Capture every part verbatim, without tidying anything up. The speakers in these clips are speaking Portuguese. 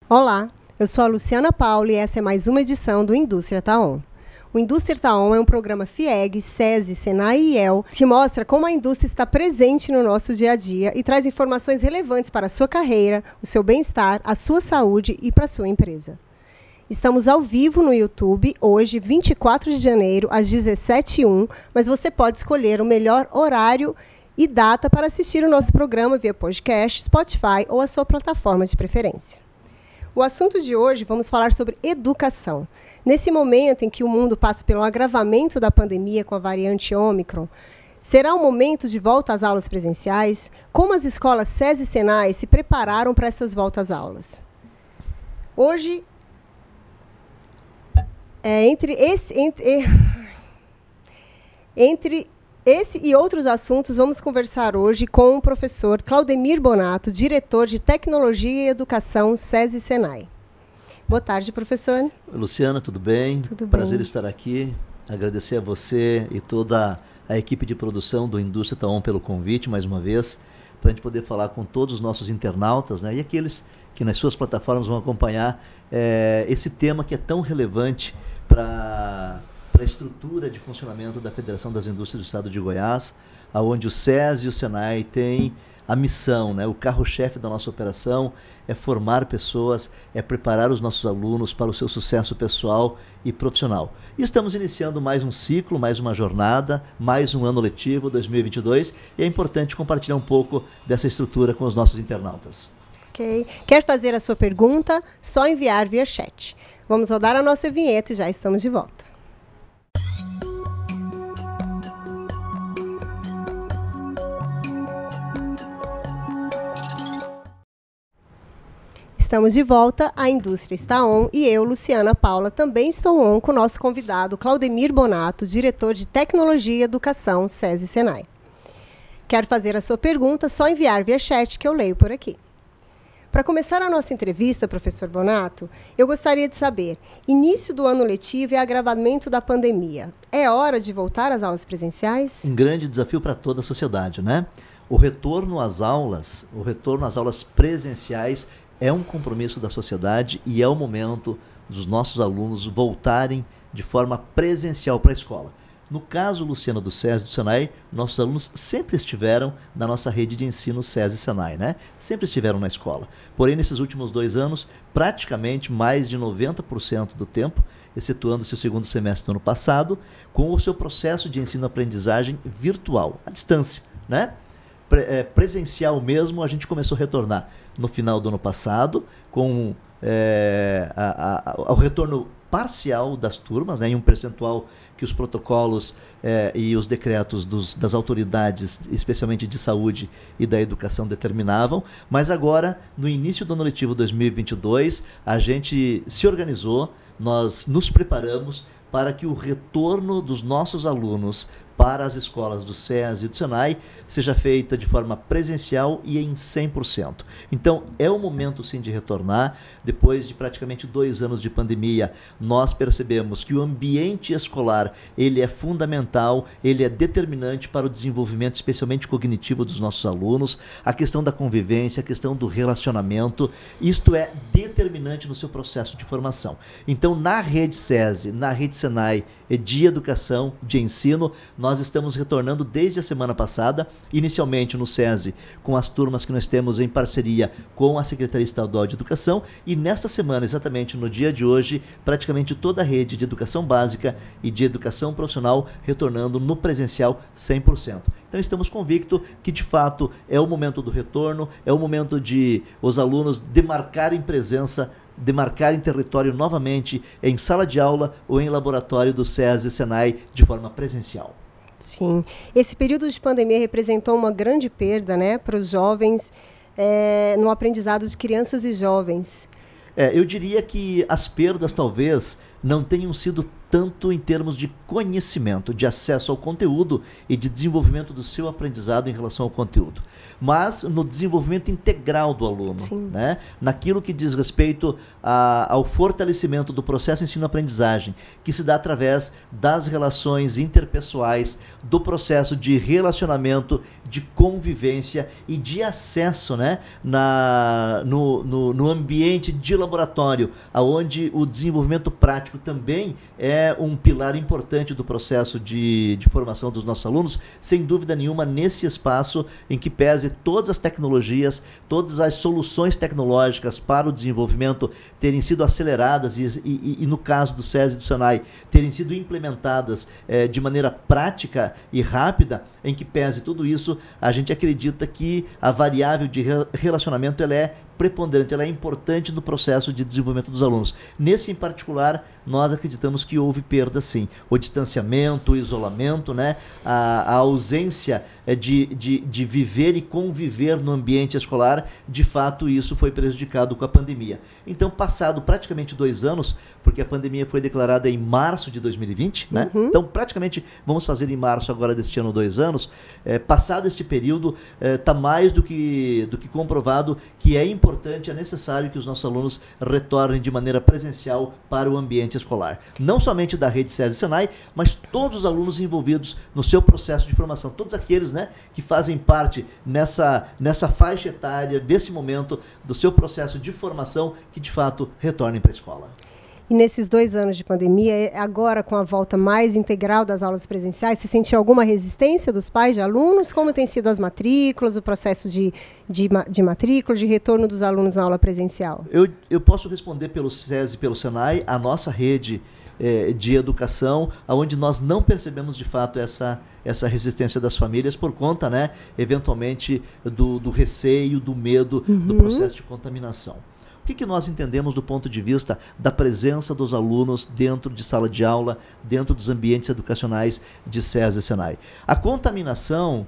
Olá, eu sou a Luciana Paula e essa é mais uma edição do Indústria Taon. O Indústria Taon é um programa FIEG, SESI, SENAI e I E L que mostra como a indústria está presente no nosso dia a dia e traz informações relevantes para a sua carreira, o seu bem-estar, a sua saúde e para a sua empresa. Estamos ao vivo no YouTube, hoje, vinte e quatro de janeiro, às dezessete e um, mas você pode escolher o melhor horário e data para assistir o nosso programa via podcast, Spotify ou a sua plataforma de preferência. O assunto de hoje, vamos falar sobre educação. Nesse momento em que o mundo passa pelo agravamento da pandemia com a variante Ômicron, será o momento de volta às aulas presenciais? Como as escolas SESI e SENAI se prepararam para essas voltas às aulas? Hoje, é, entre, esse, entre, entre esse e outros assuntos, vamos conversar hoje com o professor Claudemir Bonato, diretor de Tecnologia e Educação SESI e SENAI. Boa tarde, professor. Luciana, tudo bem? Tudo bem. Prazer estar aqui. Agradecer a você e toda a equipe de produção do Indústria Taon pelo convite, mais uma vez, para a gente poder falar com todos os nossos internautas, né, e aqueles que nas suas plataformas vão acompanhar é, esse tema que é tão relevante para a estrutura de funcionamento da Federação das Indústrias do Estado de Goiás, onde o SESI e o SENAI têm a missão, né? O carro-chefe da nossa operação é formar pessoas, é preparar os nossos alunos para o seu sucesso pessoal e profissional. E estamos iniciando mais um ciclo, mais uma jornada, mais um ano letivo dois mil e vinte e dois, e é importante compartilhar um pouco dessa estrutura com os nossos internautas. Ok. Quer fazer a sua pergunta? Só enviar via chat. Vamos rodar a nossa vinheta e já estamos de volta. Estamos de volta, a indústria está on e eu, Luciana Paula, também estou on com o nosso convidado Claudemir Bonato, diretor de Tecnologia e Educação SESI e SENAI. Quer fazer a sua pergunta? Só enviar via chat que eu leio por aqui. Para começar a nossa entrevista, professor Bonato, eu gostaria de saber, início do ano letivo e agravamento da pandemia, é hora de voltar às aulas presenciais? Um grande desafio para toda a sociedade, né? O retorno às aulas, o retorno às aulas presenciais é um compromisso da sociedade e é o momento dos nossos alunos voltarem de forma presencial para a escola. No caso, Luciana, do SESI e do SENAI, nossos alunos sempre estiveram na nossa rede de ensino SESI e SENAI, né? Sempre estiveram na escola. Porém, nesses últimos dois anos, praticamente mais de noventa por cento do tempo, excetuando-se o segundo semestre do ano passado, com o seu processo de ensino-aprendizagem virtual, à distância, né? Pre- é, presencial mesmo, a gente começou a retornar no final do ano passado, com é, a, a, o retorno parcial das turmas, né, em um percentual que os protocolos é, e os decretos dos, das autoridades, especialmente de saúde e da educação, determinavam. Mas agora, no início do ano letivo dois mil e vinte e dois, a gente se organizou, nós nos preparamos para que o retorno dos nossos alunos para as escolas do SESI e do SENAI seja feita de forma presencial e em cem por cento. Então, é o momento sim de retornar. Depois de praticamente dois anos de pandemia, nós percebemos que o ambiente escolar ele é fundamental, ele é determinante para o desenvolvimento, especialmente cognitivo, dos nossos alunos. A questão da convivência, a questão do relacionamento, isto é determinante no seu processo de formação. Então, na rede SESI, na rede SENAI de educação, de ensino, nós estamos retornando desde a semana passada, inicialmente no SESI, com as turmas que nós temos em parceria com a Secretaria Estadual de Educação, e nesta semana, exatamente no dia de hoje, praticamente toda a rede de educação básica e de educação profissional retornando no presencial cem por cento. Então estamos convictos que de fato é o momento do retorno, é o momento de os alunos demarcarem presença, demarcarem território novamente em sala de aula ou em laboratório do SESI e SENAI de forma presencial. Sim. Esse período de pandemia representou uma grande perda, né, para os jovens, é, no aprendizado de crianças e jovens. É, eu diria que as perdas talvez não tenham sido tanto em termos de conhecimento, de acesso ao conteúdo e de desenvolvimento do seu aprendizado em relação ao conteúdo, mas no desenvolvimento integral do aluno, né? Naquilo que diz respeito a, ao fortalecimento do processo ensino-aprendizagem, que se dá através das relações interpessoais, do processo de relacionamento, de convivência e de acesso, né? Na, no, no, no ambiente de laboratório, onde o desenvolvimento prático também é É um pilar importante do processo de, de formação dos nossos alunos, sem dúvida nenhuma, nesse espaço em que pese todas as tecnologias, todas as soluções tecnológicas para o desenvolvimento terem sido aceleradas e, e, e no caso do SESI e do SENAI, terem sido implementadas eh, de maneira prática e rápida, em que pese tudo isso, a gente acredita que a variável de re relacionamento ela é preponderante, ela é importante no processo de desenvolvimento dos alunos. Nesse em particular, nós acreditamos que houve perda sim. O distanciamento, o isolamento, né? a, a ausência de, de, de viver e conviver no ambiente escolar, de fato isso foi prejudicado com a pandemia. Então, passado praticamente dois anos, porque a pandemia foi declarada em março de dois mil e vinte, né? Uhum. Então praticamente vamos fazer em março agora deste ano dois anos, é, passado este período, está é, mais do que, do que comprovado que é importante importante, é necessário que os nossos alunos retornem de maneira presencial para o ambiente escolar. Não somente da rede SESI e SENAI, mas todos os alunos envolvidos no seu processo de formação, todos aqueles, né, que fazem parte nessa, nessa faixa etária, desse momento do seu processo de formação, que de fato retornem para a escola. E nesses dois anos de pandemia, agora com a volta mais integral das aulas presenciais, você sentiu alguma resistência dos pais de alunos? Como tem sido as matrículas, o processo de, de, de matrícula, de retorno dos alunos na aula presencial? Eu, eu posso responder pelo SESI e pelo SENAI, a nossa rede eh, de educação, onde nós não percebemos de fato essa, essa resistência das famílias por conta, né, eventualmente, do, do receio, do medo, uhum. do processo de contaminação. O que, que nós entendemos do ponto de vista da presença dos alunos dentro de sala de aula, dentro dos ambientes educacionais de SESI e SENAI? A contaminação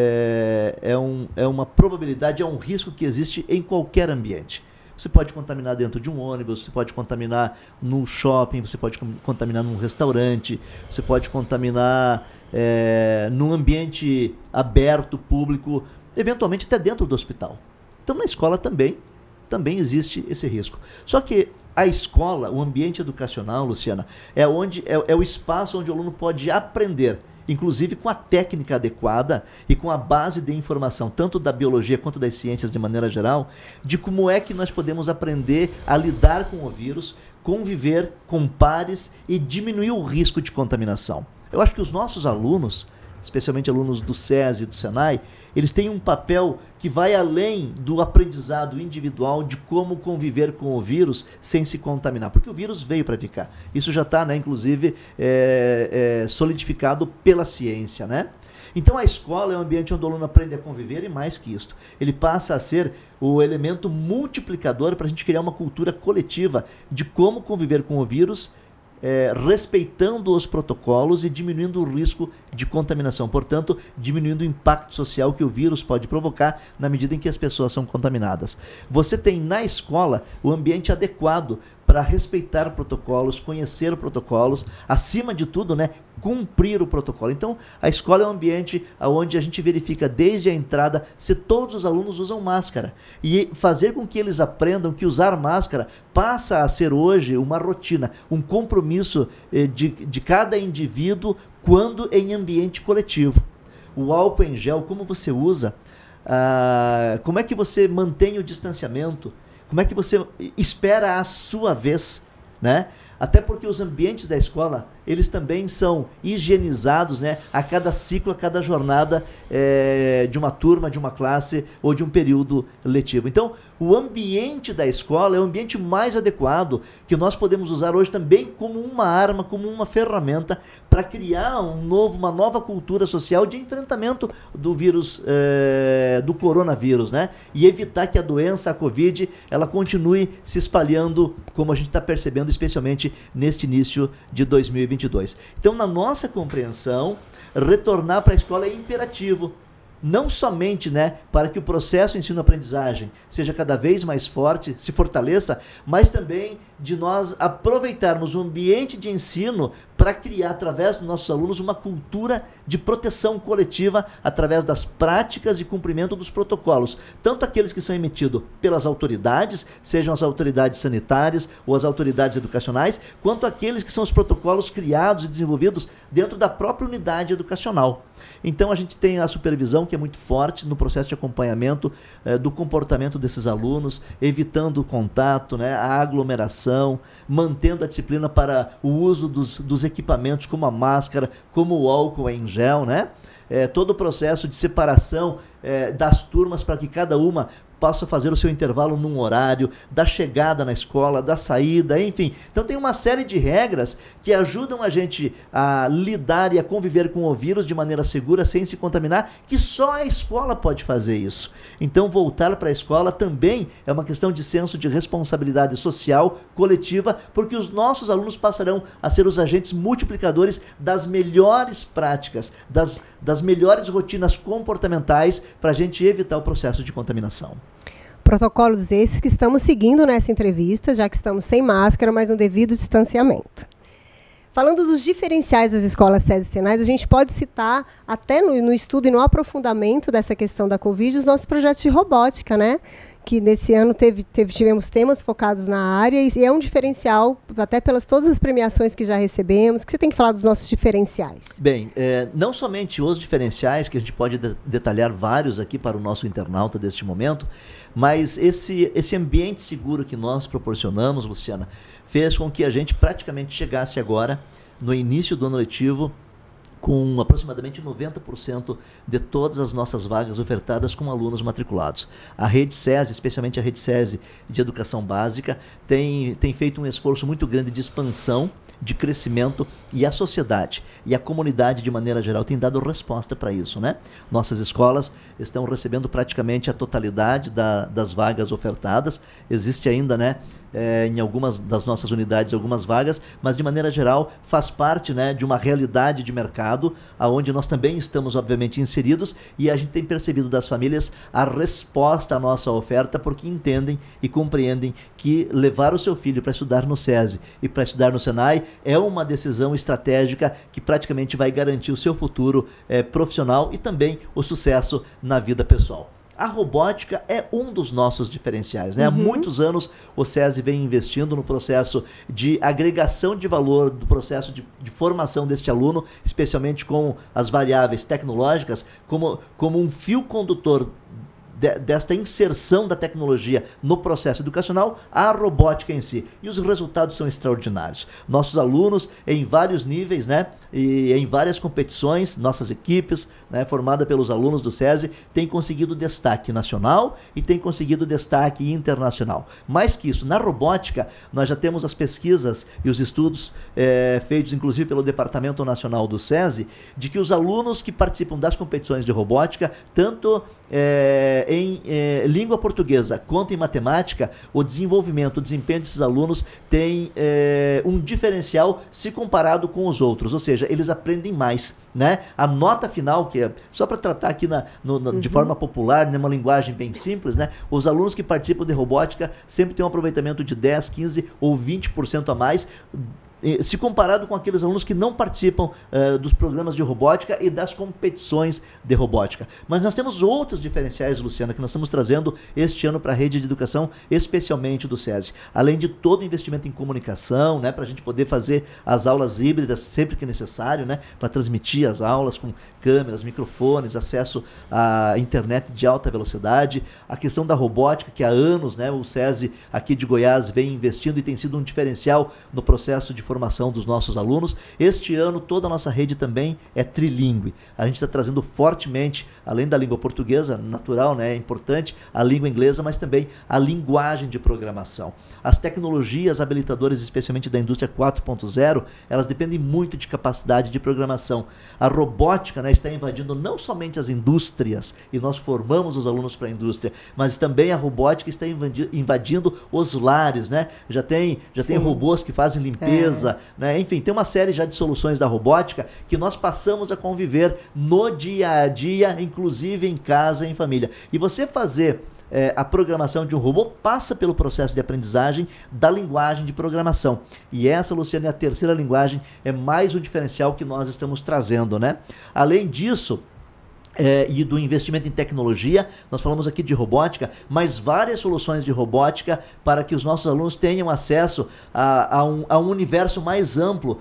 é, é, um, é uma probabilidade, é um risco que existe em qualquer ambiente. Você pode contaminar dentro de um ônibus, você pode contaminar num shopping, você pode contaminar num restaurante, você pode contaminar é, num ambiente aberto, público, eventualmente até dentro do hospital. Então, na escola também. também existe esse risco. Só que a escola, o ambiente educacional, Luciana, é, onde, é, é o espaço onde o aluno pode aprender, inclusive com a técnica adequada e com a base de informação, tanto da biologia quanto das ciências de maneira geral, de como é que nós podemos aprender a lidar com o vírus, conviver com pares e diminuir o risco de contaminação. Eu acho que os nossos alunos, especialmente alunos do SESI e do SENAI, eles têm um papel que vai além do aprendizado individual de como conviver com o vírus sem se contaminar, porque o vírus veio para ficar. Isso já está, né, inclusive, é, é, solidificado pela ciência, né? Então a escola é um ambiente onde o aluno aprende a conviver e mais que isso. Ele passa a ser o elemento multiplicador para a gente criar uma cultura coletiva de como conviver com o vírus, É, respeitando os protocolos e diminuindo o risco de contaminação, portanto, diminuindo o impacto social que o vírus pode provocar na medida em que as pessoas são contaminadas. Você tem na escola o ambiente adequado para respeitar protocolos, conhecer protocolos, acima de tudo, né, cumprir o protocolo. Então, a escola é um ambiente onde a gente verifica desde a entrada se todos os alunos usam máscara e fazer com que eles aprendam que usar máscara passa a ser hoje uma rotina, um compromisso eh, de, de cada indivíduo quando em ambiente coletivo. O álcool em gel, como você usa, ah, como é que você mantém o distanciamento, como é que você espera a sua vez, né? Até porque os ambientes da escola, eles também são higienizados, né, a cada ciclo, a cada jornada é, de uma turma, de uma classe ou de um período letivo. Então, o ambiente da escola é o ambiente mais adequado que nós podemos usar hoje também como uma arma, como uma ferramenta para criar um novo, uma nova cultura social de enfrentamento do vírus, é, do coronavírus, né? E evitar que a doença, a Covid, ela continue se espalhando, como a gente está percebendo, especialmente neste início de dois mil e vinte e dois. Então, na nossa compreensão, retornar para a escola é imperativo. Não somente, né, para que o processo de ensino-aprendizagem seja cada vez mais forte, se fortaleça, mas também de nós aproveitarmos o ambiente de ensino para criar, através dos nossos alunos, uma cultura de proteção coletiva através das práticas e cumprimento dos protocolos, tanto aqueles que são emitidos pelas autoridades, sejam as autoridades sanitárias ou as autoridades educacionais, quanto aqueles que são os protocolos criados e desenvolvidos dentro da própria unidade educacional. Então a gente tem a supervisão, que é muito forte no processo de acompanhamento eh, do comportamento desses alunos, evitando o contato, né, a aglomeração, mantendo a disciplina para o uso dos, dos equipamentos, como a máscara, como o álcool em gel, né? É, todo o processo de separação é, das turmas para que cada uma possa fazer o seu intervalo num horário, da chegada na escola, da saída, enfim. Então tem uma série de regras que ajudam a gente a lidar e a conviver com o vírus de maneira segura, sem se contaminar, que só a escola pode fazer isso. Então voltar para a escola também é uma questão de senso de responsabilidade social, coletiva, porque os nossos alunos passarão a ser os agentes multiplicadores das melhores práticas, das, das melhores rotinas comportamentais para a gente evitar o processo de contaminação. Protocolos esses que estamos seguindo nessa entrevista, já que estamos sem máscara, mas no devido distanciamento. Falando dos diferenciais das escolas SESI e SENAI, a gente pode citar, até no, no estudo e no aprofundamento dessa questão da Covid, os nossos projetos de robótica, né? Que nesse ano teve, teve, tivemos temas focados na área, e é um diferencial, até pelas todas as premiações que já recebemos, que você tem que falar dos nossos diferenciais. Bem, é, não somente os diferenciais, que a gente pode de- detalhar vários aqui para o nosso internauta deste momento, mas esse, esse ambiente seguro que nós proporcionamos, Luciana, fez com que a gente praticamente chegasse agora, no início do ano letivo, com aproximadamente noventa por cento de todas as nossas vagas ofertadas com alunos matriculados. A rede SESI, especialmente a rede SESI de educação básica, tem, tem feito um esforço muito grande de expansão, de crescimento, e a sociedade e a comunidade de maneira geral tem dado resposta para isso, né? Nossas escolas estão recebendo praticamente a totalidade da, das vagas ofertadas. Existe ainda, né, é, em algumas das nossas unidades algumas vagas, mas de maneira geral faz parte, né, de uma realidade de mercado, aonde nós também estamos obviamente inseridos, e a gente tem percebido das famílias a resposta à nossa oferta, porque entendem e compreendem que levar o seu filho para estudar no SESI e para estudar no SENAI é uma decisão estratégica que praticamente vai garantir o seu futuro eh, profissional e também o sucesso na vida pessoal. A robótica é um dos nossos diferenciais, né? Uhum. Há muitos anos o SESI vem investindo no processo de agregação de valor, do processo de, de formação deste aluno, especialmente com as variáveis tecnológicas, como, como um fio condutor desta inserção da tecnologia no processo educacional, a robótica em si. E os resultados são extraordinários. Nossos alunos, em vários níveis, né, e em várias competições, nossas equipes, né, formada pelos alunos do SESI, têm conseguido destaque nacional e têm conseguido destaque internacional. Mais que isso, na robótica, nós já temos as pesquisas e os estudos é, feitos, inclusive, pelo Departamento Nacional do SESI, de que os alunos que participam das competições de robótica, tanto é, em é, língua portuguesa quanto em matemática, o desenvolvimento, o desempenho desses alunos tem é, um diferencial se comparado com os outros, ou seja, eles aprendem mais, né? A nota final, que é só para tratar aqui na, no, no, uhum. de forma popular, numa linguagem bem simples, né? Os alunos que participam de robótica sempre têm um aproveitamento de dez, quinze ou vinte por cento a mais, se comparado com aqueles alunos que não participam uh, dos programas de robótica e das competições de robótica. Mas nós temos outros diferenciais, Luciana, que nós estamos trazendo este ano para a rede de educação, especialmente do SESI. Além de todo o investimento em comunicação, né, para a gente poder fazer as aulas híbridas sempre que necessário, né, para transmitir as aulas com câmeras, microfones, acesso à internet de alta velocidade. A questão da robótica, que há anos, né, o SESI aqui de Goiás vem investindo e tem sido um diferencial no processo de formação dos nossos alunos. Este ano toda a nossa rede também é trilingüe. A gente está trazendo fortemente, além da língua portuguesa, natural, né, é importante, a língua inglesa, mas também a linguagem de programação. As tecnologias habilitadoras, especialmente da indústria quatro ponto zero, elas dependem muito de capacidade de programação. A robótica, né, está invadindo não somente as indústrias, e nós formamos os alunos para a indústria, mas também a robótica está invadindo, invadindo os lares, né? Já tem, já tem robôs que fazem limpeza, é. Né? Enfim, tem uma série já de soluções da robótica que nós passamos a conviver no dia a dia, inclusive em casa, em família. E você fazer é, a programação de um robô passa pelo processo de aprendizagem da linguagem de programação. E essa, Luciana, é a terceira linguagem, é mais um diferencial que nós estamos trazendo, né? Além disso, É, e do investimento em tecnologia, nós falamos aqui de robótica, mas várias soluções de robótica para que os nossos alunos tenham acesso a, a, um, a um universo mais amplo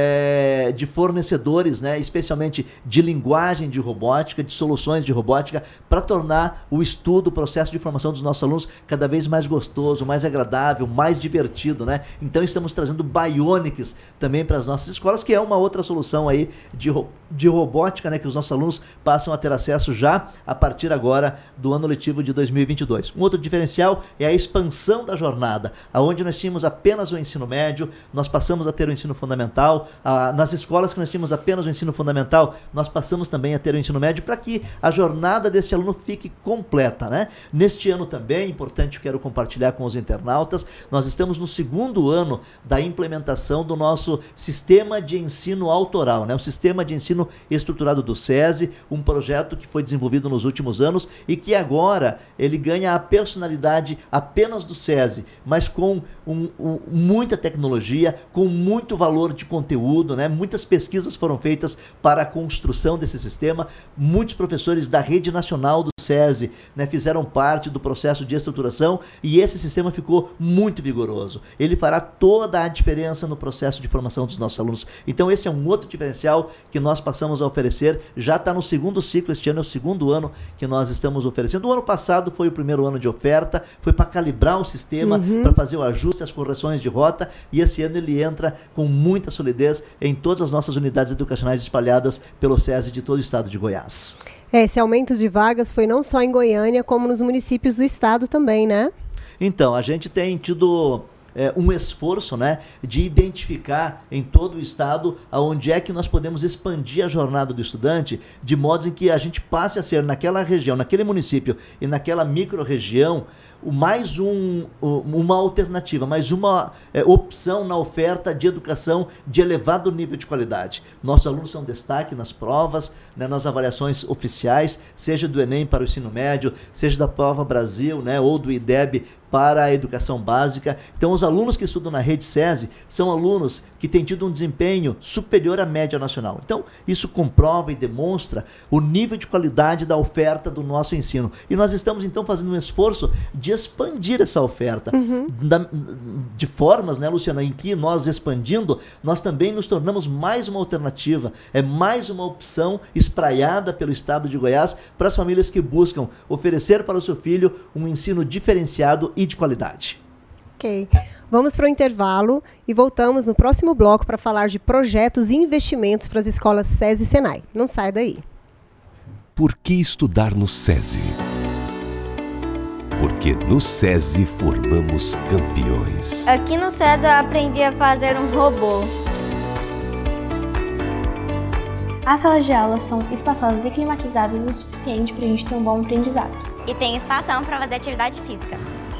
é, de fornecedores, né, especialmente de linguagem de robótica, de soluções de robótica, para tornar o estudo, o processo de formação dos nossos alunos cada vez mais gostoso, mais agradável, mais divertido, né? Então estamos trazendo Bionics também para as nossas escolas, que é uma outra solução aí de, de robótica, né, que os nossos alunos passam a ter acesso já a partir agora do ano letivo de dois mil e vinte e dois. Um outro diferencial é a expansão da jornada, aonde nós tínhamos apenas o ensino médio, nós passamos a ter o ensino fundamental, ah, nas escolas que nós tínhamos apenas o ensino fundamental, nós passamos também a ter o ensino médio para que a jornada deste aluno fique completa, né? Neste ano também, importante, eu quero compartilhar com os internautas, nós estamos no segundo ano da implementação do nosso sistema de ensino autoral, né? O sistema de ensino estruturado do SESI, um projeto que foi desenvolvido nos últimos anos e que agora ele ganha a personalidade apenas do SESI, mas com um, um, muita tecnologia, com muito valor de conteúdo, né? Muitas pesquisas foram feitas para a construção desse sistema, muitos professores da rede nacional do SESI, né, fizeram parte do processo de estruturação e esse sistema ficou muito vigoroso. Ele fará toda a diferença no processo de formação dos nossos alunos. Então esse é um outro diferencial que nós passamos a oferecer, já está no segundo ciclo. Este ano é o segundo ano que nós estamos oferecendo. O ano passado foi o primeiro ano de oferta, foi para calibrar o sistema, uhum. para fazer o ajuste, as correções de rota, e esse ano ele entra com muita solidez em todas as nossas unidades educacionais espalhadas pelo SESI de todo o estado de Goiás. Esse aumento de vagas foi não só em Goiânia, como nos municípios do estado também, né? Então, a gente tem tido É, um esforço, né, de identificar em todo o estado aonde é que nós podemos expandir a jornada do estudante, de modo em que a gente passe a ser naquela região, naquele município e naquela micro-região, mais um, uma alternativa, mais uma é, opção na oferta de educação de elevado nível de qualidade. Nossos alunos são destaque nas provas, né, nas avaliações oficiais, seja do Enem para o ensino médio, seja da Prova Brasil, né, ou do IDEB para a educação básica. Então, os alunos que estudam na rede SESI são alunos que têm tido um desempenho superior à média nacional. Então, isso comprova e demonstra o nível de qualidade da oferta do nosso ensino. E nós estamos, então, fazendo um esforço de expandir essa oferta. Uhum. Da, de formas, né, Luciana, em que nós expandindo, nós também nos tornamos mais uma alternativa, é mais uma opção espraiada pelo estado de Goiás para as famílias que buscam oferecer para o seu filho um ensino diferenciado e de qualidade. Ok. Vamos para o intervalo e voltamos no próximo bloco para falar de projetos e investimentos para as escolas SESI e SENAI. Não sai daí. Por que estudar no SESI? Porque no SESI formamos campeões. Aqui no SESI eu aprendi a fazer um robô. As salas de aula são espaçosas e climatizadas o suficiente para a gente ter um bom aprendizado. E tem espação para fazer atividade física.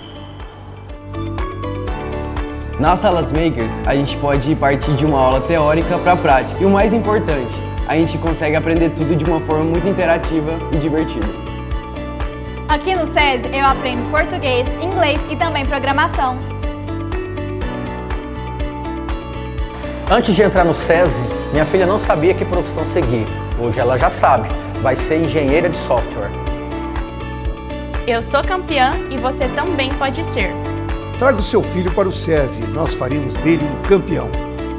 Nas salas makers, a gente pode partir de uma aula teórica para a prática. E o mais importante, a gente consegue aprender tudo de uma forma muito interativa e divertida. Aqui no SESI eu aprendo português, inglês e também programação. Antes de entrar no SESI, minha filha não sabia que profissão seguir. Hoje ela já sabe, vai ser engenheira de software. Eu sou campeã e você também pode ser. Traga o seu filho para o SESI, nós faremos dele um campeão.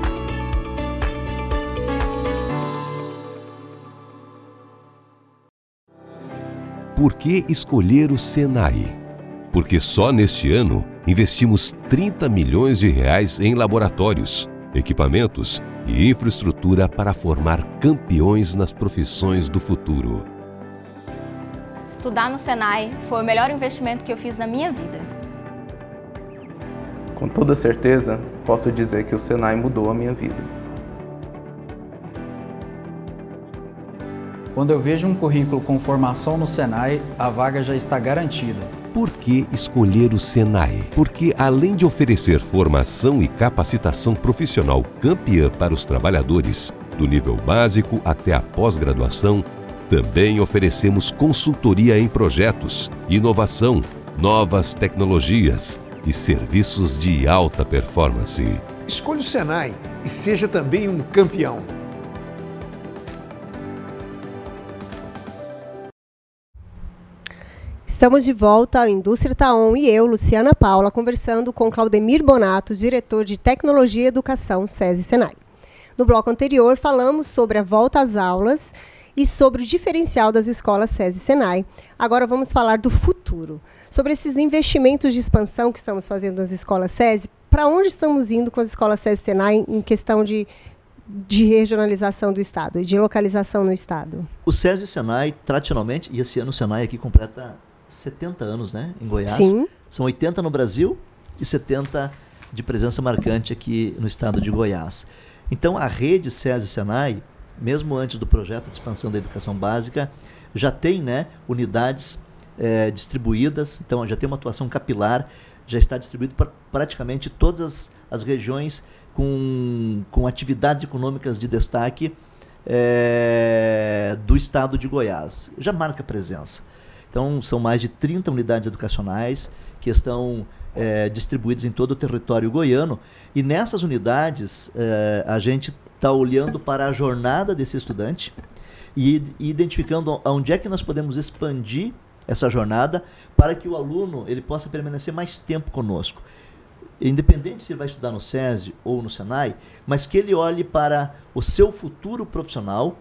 Por que escolher o SENAI? Porque só neste ano investimos trinta milhões de reais em laboratórios, equipamentos e infraestrutura para formar campeões nas profissões do futuro. Estudar no SENAI foi o melhor investimento que eu fiz na minha vida. Com toda certeza, posso dizer que o SENAI mudou a minha vida. Quando eu vejo um currículo com formação no SENAI, a vaga já está garantida. Por que escolher o SENAI? Porque, além de oferecer formação e capacitação profissional campeã para os trabalhadores, do nível básico até a pós-graduação, também oferecemos consultoria em projetos, inovação, novas tecnologias e serviços de alta performance. Escolha o Senai e seja também um campeão. Estamos de volta ao Indústria Taon e eu, Luciana Paula, conversando com Claudemir Bonato, diretor de Tecnologia e Educação, SESI Senai. No bloco anterior, falamos sobre a volta às aulas e sobre o diferencial das escolas SESI Senai. Agora vamos falar do futuro, sobre esses investimentos de expansão que estamos fazendo nas escolas SESI. Para onde estamos indo com as escolas SESI Senai em questão de, de regionalização do Estado e de localização no Estado? O SESI Senai, tradicionalmente, e esse ano o Senai aqui completa setenta anos, né, em Goiás. Sim. São oitenta no Brasil e setenta de presença marcante aqui no estado de Goiás. Então, a rede SESI Senai, mesmo antes do projeto de expansão da educação básica, já tem, né, unidades é, distribuídas, então já tem uma atuação capilar, já está distribuído para praticamente todas as, as regiões com, com atividades econômicas de destaque é, do estado de Goiás. Já marca presença. Então, são mais de trinta unidades educacionais que estão é, distribuídas em todo o território goiano. E nessas unidades, é, a gente está olhando para a jornada desse estudante e, e identificando onde é que nós podemos expandir essa jornada para que o aluno ele possa permanecer mais tempo conosco. Independente se ele vai estudar no SESI ou no Senai, mas que ele olhe para o seu futuro profissional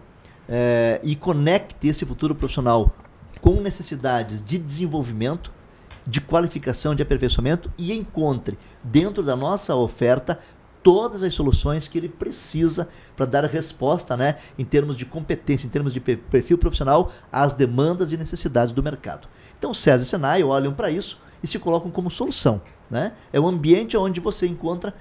é, e conecte esse futuro profissional com necessidades de desenvolvimento, de qualificação, de aperfeiçoamento e encontre dentro da nossa oferta todas as soluções que ele precisa para dar resposta, né, em termos de competência, em termos de perfil profissional, às demandas e necessidades do mercado. Então, o SESI e Senai olham para isso e se colocam como solução, né? É um ambiente onde você encontra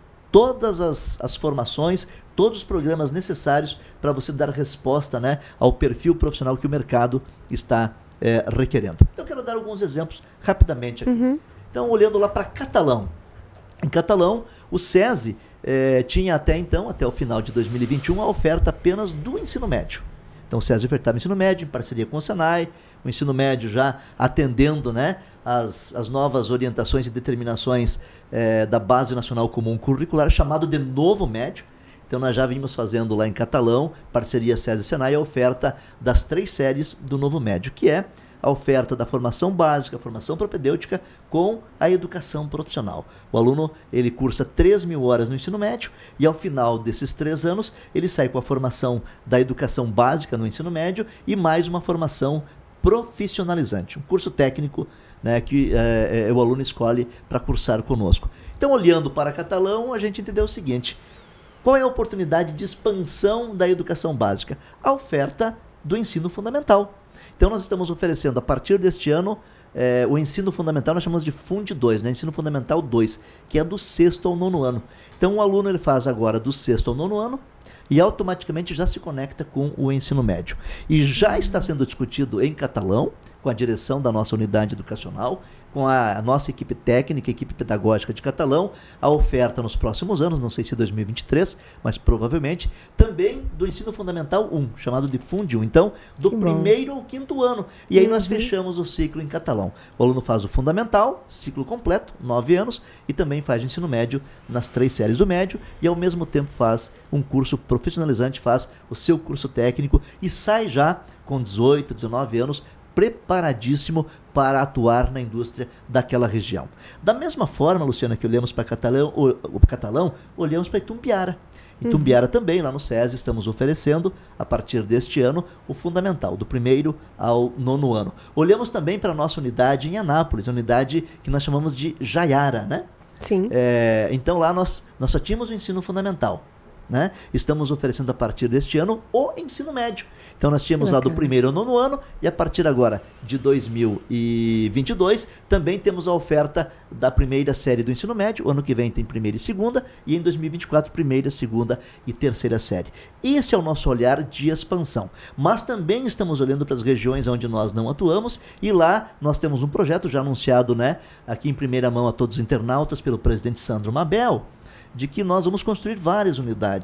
todas as, as formações, todos os programas necessários para você dar resposta, né, ao perfil profissional que o mercado está é, requerendo. Então, eu quero dar alguns exemplos rapidamente aqui. Uhum. Então, olhando lá para Catalão. Em Catalão, o SESI é, tinha até então, até o final de dois mil e vinte e um, a oferta apenas do ensino médio. Então, o SESI ofertava ensino médio em parceria com o Senai, o ensino médio já atendendo, né, as, as novas orientações e determinações é, da Base Nacional Comum Curricular, chamado de Novo Médio. Então, nós já vimos fazendo lá em Catalão, parceria SESI e Senai, a oferta das três séries do Novo Médio, que é a oferta da formação básica, a formação propedêutica com a educação profissional. O aluno, ele cursa três mil horas no ensino médio e ao final desses três anos, ele sai com a formação da educação básica no ensino médio e mais uma formação profissionalizante, um curso técnico, né, que é, é, o aluno escolhe para cursar conosco. Então, olhando para Catalão, a gente entendeu o seguinte: qual é a oportunidade de expansão da educação básica? A oferta do ensino fundamental. Então, nós estamos oferecendo, a partir deste ano, é, o ensino fundamental, nós chamamos de Fund dois, né? Ensino Fundamental dois, que é do sexto ao nono ano. Então, o aluno ele faz agora do sexto ao nono ano e automaticamente já se conecta com o ensino médio. E já está sendo discutido em Catalão, com a direção da nossa unidade educacional, com a nossa equipe técnica, equipe pedagógica de Catalão, a oferta nos próximos anos, não sei se dois mil e vinte e três, mas provavelmente, também do ensino fundamental um, chamado de Fund um, então, do primeiro ao quinto ano. E aí uhum. nós fechamos o ciclo em Catalão. O aluno faz o fundamental, ciclo completo, nove anos, e também faz o ensino médio nas três séries do médio, e ao mesmo tempo faz um curso profissionalizante, faz o seu curso técnico e sai já com dezoito, dezenove anos, preparadíssimo para atuar na indústria daquela região. Da mesma forma, Luciana, que olhamos para Catalão, o, o Catalão, olhamos para Itumbiara. Itumbiara uhum. também, lá no SESI, estamos oferecendo, a partir deste ano, o fundamental, do primeiro ao nono ano. Olhamos também para a nossa unidade em Anápolis, a unidade que nós chamamos de Jaiara, né? Sim. É, então lá nós, nós só tínhamos o ensino fundamental, né? Estamos oferecendo a partir deste ano o ensino médio. Então nós tínhamos lá do primeiro ao nono ano e a partir agora de dois mil e vinte e dois também temos a oferta da primeira série do ensino médio. O ano que vem tem primeira e segunda e em dois mil e vinte e quatro primeira, segunda e terceira série. Esse é o nosso olhar de expansão. Mas também estamos olhando para as regiões onde nós não atuamos e lá nós temos um projeto já anunciado, né, aqui em primeira mão a todos os internautas pelo presidente Sandro Mabel, de que nós vamos construir várias unidades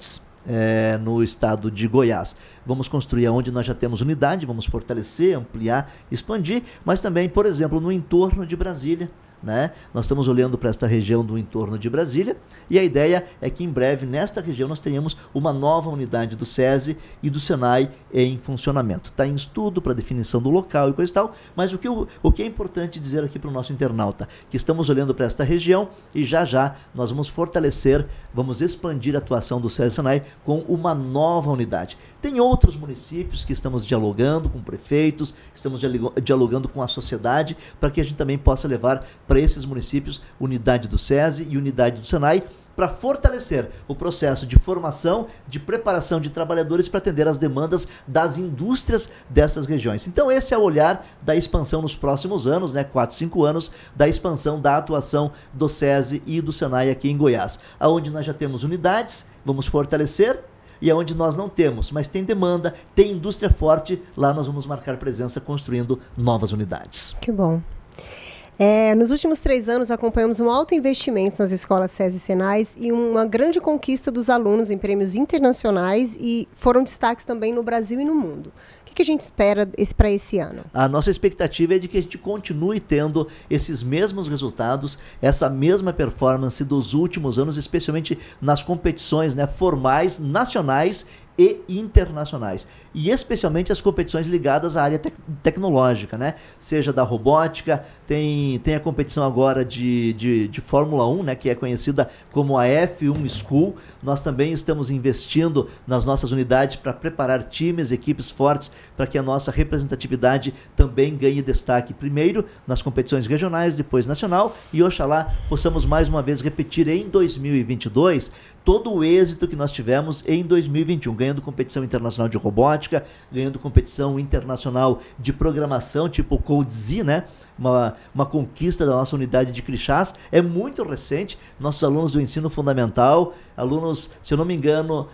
é, no estado de Goiás. Vamos construir onde nós já temos unidade, vamos fortalecer, ampliar, expandir, mas também, por exemplo, no entorno de Brasília. Né? Nós estamos olhando para esta região do entorno de Brasília e a ideia é que em breve nesta região nós tenhamos uma nova unidade do SESI e do SENAI em funcionamento. Está em estudo para definição do local e coisa e tal, mas o que, o, o que é importante dizer aqui para o nosso internauta, que estamos olhando para esta região e já já nós vamos fortalecer, vamos expandir a atuação do SESI e SENAI com uma nova unidade. Tem outros municípios que estamos dialogando com prefeitos, estamos dialogando com a sociedade para que a gente também possa levar para esses municípios unidade do SESI e unidade do SENAI para fortalecer o processo de formação, de preparação de trabalhadores para atender as demandas das indústrias dessas regiões. Então esse é o olhar da expansão nos próximos anos, né, quatro, cinco anos, da expansão da atuação do SESI e do SENAI aqui em Goiás. Aonde nós já temos unidades, vamos fortalecer. E aonde nós não temos, mas tem demanda, tem indústria forte, lá nós vamos marcar presença construindo novas unidades. Que bom. É, nos últimos três anos acompanhamos um alto investimento nas escolas SESI e SENAI e uma grande conquista dos alunos em prêmios internacionais e foram destaques também no Brasil e no mundo. O que a gente espera esse, para esse ano? A nossa expectativa é de que a gente continue tendo esses mesmos resultados, essa mesma performance dos últimos anos, especialmente nas competições, né, formais, nacionais e internacionais. E especialmente as competições ligadas à área tec tecnológica, né? Seja da robótica, tem, tem a competição agora de, de, de Fórmula um, né? Que é conhecida como a F um School. Nós também estamos investindo nas nossas unidades para preparar times, equipes fortes, para que a nossa representatividade também ganhe destaque. Primeiro nas competições regionais, depois nacional, e oxalá possamos mais uma vez repetir em dois mil e vinte e dois todo o êxito que nós tivemos em dois mil e vinte e um, ganhando competição internacional de robótica, ganhando competição internacional de programação, tipo CodeZ, né? Uma, uma conquista da nossa unidade de Crixás, é muito recente. Nossos alunos do ensino fundamental, alunos, se eu não me engano,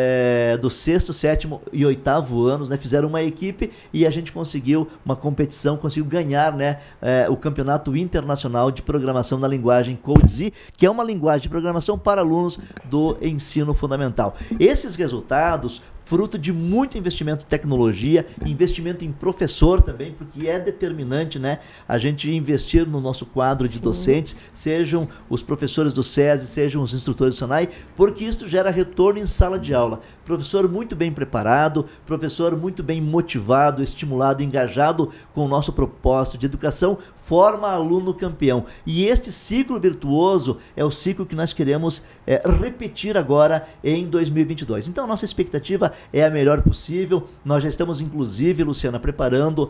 é, do sexto, sétimo e oitavo anos, né, fizeram uma equipe e a gente conseguiu uma competição, conseguiu ganhar, né, é, o campeonato internacional de programação na linguagem CodeZ, que é uma linguagem de programação para alunos do ensino fundamental. Esses resultados fruto de muito investimento em tecnologia, investimento em professor também, porque é determinante, né, a gente investir no nosso quadro de Sim. docentes, sejam os professores do SESI, sejam os instrutores do SENAI, porque isso gera retorno em sala de aula. Professor muito bem preparado, professor muito bem motivado, estimulado, engajado com o nosso propósito de educação, forma aluno campeão. E este ciclo virtuoso é o ciclo que nós queremos é, repetir agora em dois mil e vinte e dois. Então, nossa expectativa é a melhor possível. Nós já estamos, inclusive, Luciana, preparando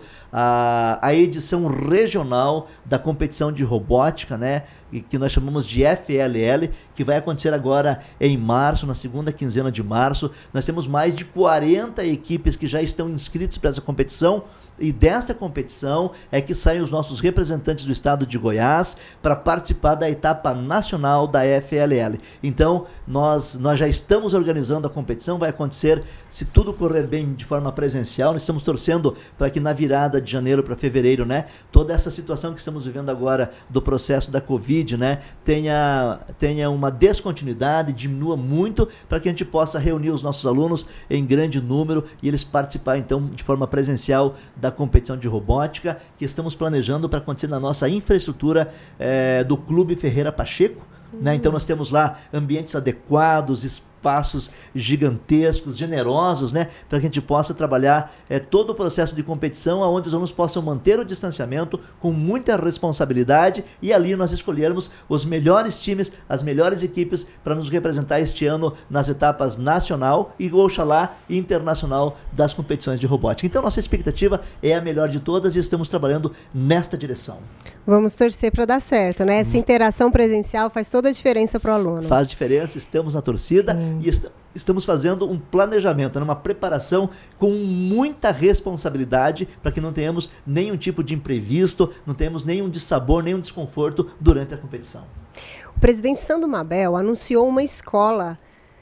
a, a edição regional da competição de robótica, né? Que nós chamamos de F L L, que vai acontecer agora em março, na segunda quinzena de março. Nós temos mais de quarenta equipes que já estão inscritas para essa competição. E desta competição é que saem os nossos representantes do estado de Goiás para participar da etapa nacional da F L L. Então, nós, nós já estamos organizando a competição, vai acontecer, se tudo correr bem, de forma presencial. Nós estamos torcendo para que na virada de janeiro para fevereiro, né, toda essa situação que estamos vivendo agora do processo da Covid, né, tenha, tenha uma descontinuidade, diminua muito, para que a gente possa reunir os nossos alunos em grande número e eles participar, então, de forma presencial da competição de robótica, que estamos planejando para acontecer na nossa infraestrutura é, do Clube Ferreira Pacheco. Uhum. Né? Então nós temos lá ambientes adequados, espaços gigantescos, generosos, né? Para que a gente possa trabalhar é, todo o processo de competição, onde os alunos possam manter o distanciamento com muita responsabilidade e ali nós escolhermos os melhores times, as melhores equipes para nos representar este ano nas etapas nacional e, oxalá, internacional das competições de robótica. Então nossa expectativa é a melhor de todas e estamos trabalhando nesta direção. Vamos torcer para dar certo, né? Essa interação presencial faz toda a diferença para o aluno. Faz diferença, estamos na torcida. Sim. E est estamos fazendo um planejamento, uma preparação com muita responsabilidade para que não tenhamos nenhum tipo de imprevisto, não tenhamos nenhum dissabor, nenhum desconforto durante a competição. O presidente Sandro Mabel anunciou uma escola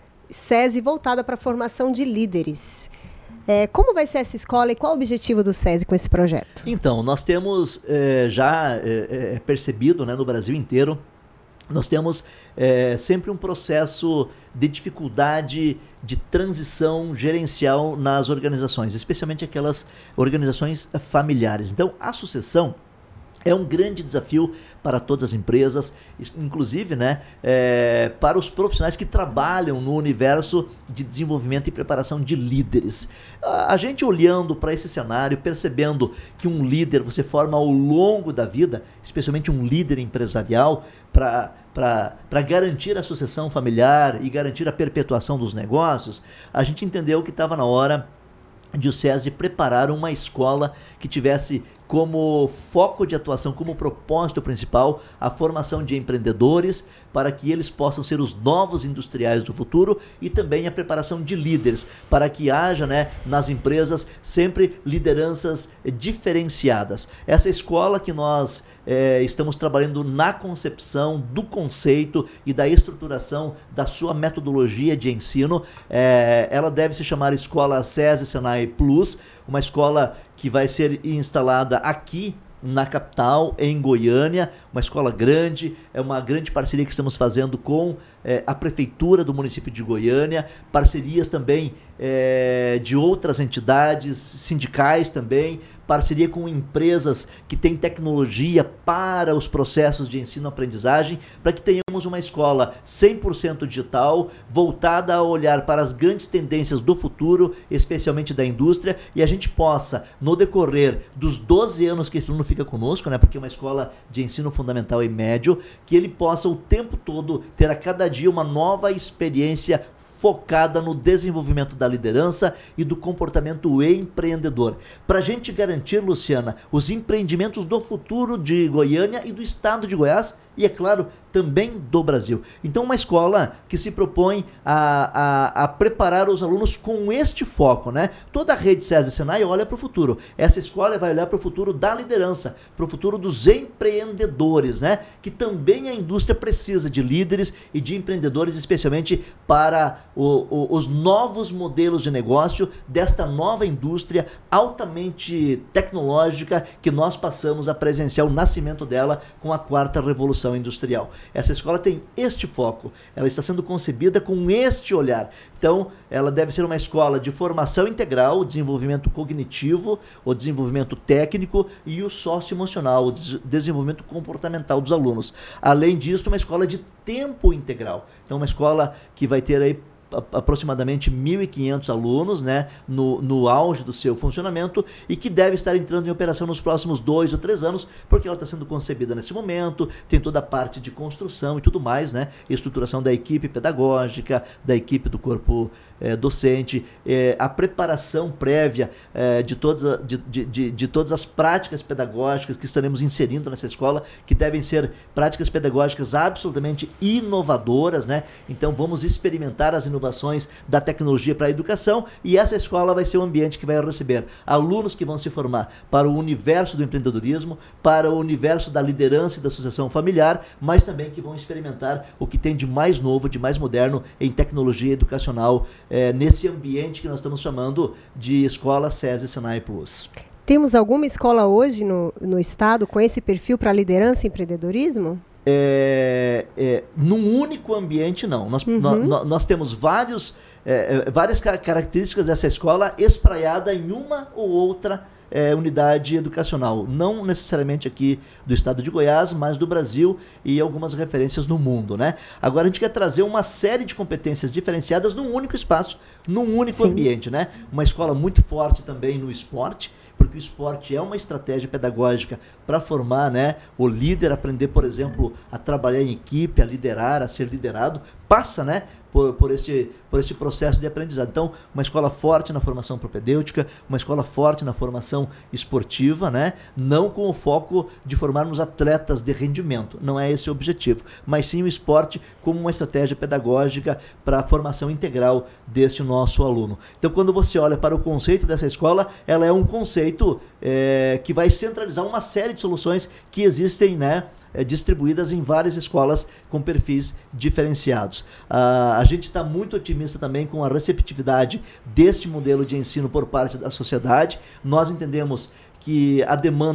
SESI voltada para a formação de líderes. É, como vai ser essa escola e qual o objetivo do SESI com esse projeto? Então, nós temos é, já é, é, percebido, né, no Brasil inteiro nós temos é, sempre um processo de dificuldade de transição gerencial nas organizações, especialmente aquelas organizações familiares. Então, a sucessão é um grande desafio para todas as empresas, inclusive, né, é, para os profissionais que trabalham no universo de desenvolvimento e preparação de líderes. A gente olhando para esse cenário, percebendo que um líder você forma ao longo da vida, especialmente um líder empresarial, para para garantir a sucessão familiar e garantir a perpetuação dos negócios, a gente entendeu que estava na hora de o SESI preparar uma escola que tivesse como foco de atuação, como propósito principal, a formação de empreendedores para que eles possam ser os novos industriais do futuro e também a preparação de líderes, para que haja, né, nas empresas sempre lideranças diferenciadas. Essa escola que nós é, estamos trabalhando na concepção do conceito e da estruturação da sua metodologia de ensino, é, ela deve se chamar Escola SESI Senai Plus, uma escola que vai ser instalada aqui na capital, em Goiânia, uma escola grande, é uma grande parceria que estamos fazendo com é, a Prefeitura do município de Goiânia, parcerias também é, de outras entidades, sindicais também, parceria com empresas que têm tecnologia para os processos de ensino-aprendizagem, para que tenhamos uma escola cem por cento digital, voltada a olhar para as grandes tendências do futuro, especialmente da indústria, e a gente possa, no decorrer dos doze anos que esse aluno fica conosco, né, porque é uma escola de ensino fundamental e médio, que ele possa o tempo todo ter a cada dia uma nova experiência focada no desenvolvimento da liderança e do comportamento empreendedor. Para a gente garantir, Luciana, os empreendimentos do futuro de Goiânia e do estado de Goiás, e é claro, também do Brasil. Então, uma escola que se propõe a, a, a preparar os alunos com este foco, né? Toda a rede SESI Senai olha para o futuro. Essa escola vai olhar para o futuro da liderança, para o futuro dos empreendedores, né? Que também a indústria precisa de líderes e de empreendedores, especialmente para o, o, os novos modelos de negócio desta nova indústria altamente tecnológica que nós passamos a presenciar o nascimento dela com a quarta revolução industrial. Essa escola tem este foco, ela está sendo concebida com este olhar. Então, ela deve ser uma escola de formação integral, o desenvolvimento cognitivo, o desenvolvimento técnico e o socioemocional, o desenvolvimento comportamental dos alunos. Além disso, uma escola de tempo integral. Então, uma escola que vai ter aí aproximadamente mil e quinhentos alunos, né, no, no auge do seu funcionamento, e que deve estar entrando em operação nos próximos dois ou três anos, porque ela está sendo concebida nesse momento, tem toda a parte de construção e tudo mais, né, estruturação da equipe pedagógica, da equipe do corpo é, docente, é, a preparação prévia é, de, todas, de, de, de, de todas as práticas pedagógicas que estaremos inserindo nessa escola, que devem ser práticas pedagógicas absolutamente inovadoras, né, então vamos experimentar as inovações da tecnologia para a educação, e essa escola vai ser um ambiente que vai receber alunos que vão se formar para o universo do empreendedorismo, para o universo da liderança e da sucessão familiar, mas também que vão experimentar o que tem de mais novo, de mais moderno em tecnologia educacional, é, nesse ambiente que nós estamos chamando de Escola SESI Senai Plus. Temos alguma escola hoje no, no estado com esse perfil para liderança e empreendedorismo? É, é, num único ambiente, não. Nós, uhum. no, nós temos vários, é, várias características dessa escola espraiada em uma ou outra é, unidade educacional. Não necessariamente aqui do estado de Goiás, mas do Brasil e algumas referências no mundo, né? Agora a gente quer trazer uma série de competências diferenciadas num único espaço, num único Sim. ambiente, né? Uma escola muito forte também no esporte, porque o esporte é uma estratégia pedagógica para formar, né, o líder, aprender, por exemplo, a trabalhar em equipe, a liderar, a ser liderado, passa, né, por, por, este, por este processo de aprendizado. Então, uma escola forte na formação propedêutica, uma escola forte na formação esportiva, né, não com o foco de formarmos atletas de rendimento, não é esse o objetivo, mas sim o esporte como uma estratégia pedagógica para a formação integral deste nosso aluno. Então, quando você olha para o conceito dessa escola, ela é um conceito é, que vai centralizar uma série de soluções que existem, né, é, distribuídas em várias escolas com perfis diferenciados. Ah, a gente está muito otimista também com a receptividade deste modelo de ensino por parte da sociedade. Nós entendemos que a demanda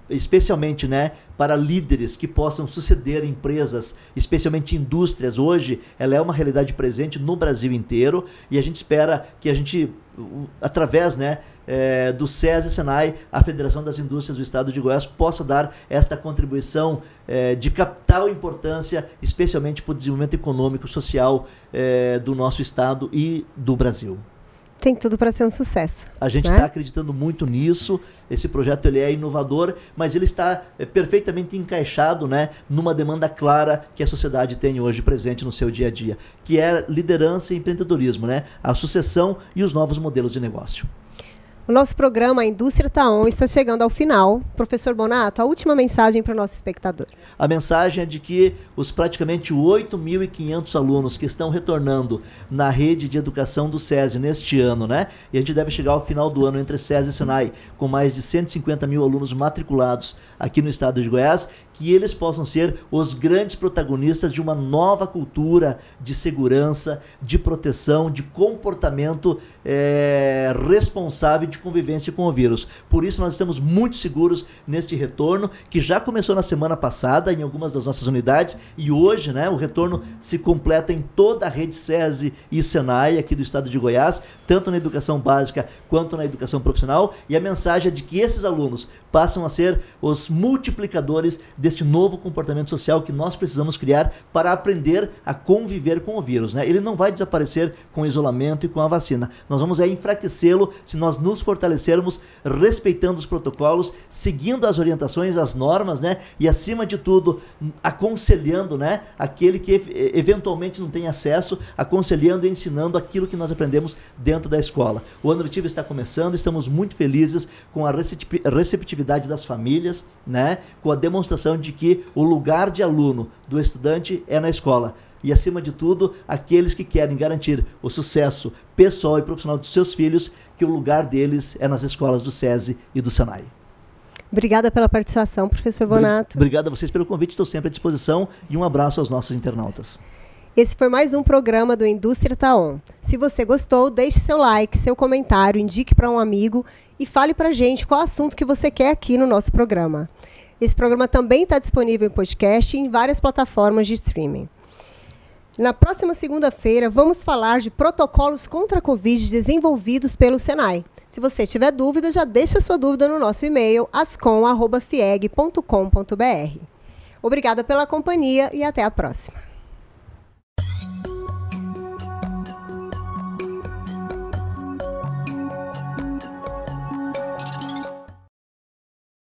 especialmente, né, para líderes que possam suceder empresas, especialmente indústrias. Hoje, ela é uma realidade presente no Brasil inteiro e a gente espera que a gente, através, né, é, do SESI e Senai, a Federação das Indústrias do Estado de Goiás, possa dar esta contribuição é, de capital importância, especialmente para o desenvolvimento econômico, social é, do nosso Estado e do Brasil. Tem tudo para ser um sucesso. A gente está, né, acreditando muito nisso. Esse projeto ele é inovador, mas ele está é, perfeitamente encaixado, né, numa demanda clara que a sociedade tem hoje presente no seu dia a dia, que é liderança e empreendedorismo, né, a sucessão e os novos modelos de negócio. O nosso programa, A Indústria Tá On, está chegando ao final. Professor Bonato, a última mensagem para o nosso espectador. A mensagem é de que os praticamente oito mil e quinhentos alunos que estão retornando na rede de educação do SESI neste ano, né? E a gente deve chegar ao final do ano entre SESI e Senai com mais de cento e cinquenta mil alunos matriculados aqui no estado de Goiás, que eles possam ser os grandes protagonistas de uma nova cultura de segurança, de proteção, de comportamento é, responsável de convivência com o vírus. Por isso nós estamos muito seguros neste retorno, que já começou na semana passada em algumas das nossas unidades e hoje, né, o retorno se completa em toda a rede SESI e Senai aqui do estado de Goiás, tanto na educação básica quanto na educação profissional, e a mensagem é de que esses alunos passam a ser os multiplicadores deste novo comportamento social que nós precisamos criar para aprender a conviver com o vírus, né? Ele não vai desaparecer com o isolamento e com a vacina. Nós vamos é enfraquecê-lo se nós nos fortalecermos respeitando os protocolos, seguindo as orientações, as normas, né? E acima de tudo, aconselhando, né, aquele que eventualmente não tem acesso, aconselhando e ensinando aquilo que nós aprendemos dentro da escola. O ano letivo está começando, estamos muito felizes com a receptividade das famílias, né? Com a demonstração de que o lugar de aluno do estudante é na escola. E, acima de tudo, aqueles que querem garantir o sucesso pessoal e profissional dos seus filhos, que o lugar deles é nas escolas do SESI e do Senai. Obrigada pela participação, professor Bonato. Obrigado a vocês pelo convite, estou sempre à disposição, e um abraço aos nossos internautas. Esse foi mais um programa do Indústria Tá On. Se você gostou, deixe seu like, seu comentário, indique para um amigo e fale para a gente qual assunto que você quer aqui no nosso programa. Esse programa também está disponível em podcast e em várias plataformas de streaming. Na próxima segunda-feira, vamos falar de protocolos contra a Covid desenvolvidos pelo Senai. Se você tiver dúvida, já deixa sua dúvida no nosso e-mail ascom arroba fieg ponto com ponto br. Obrigada pela companhia e até a próxima.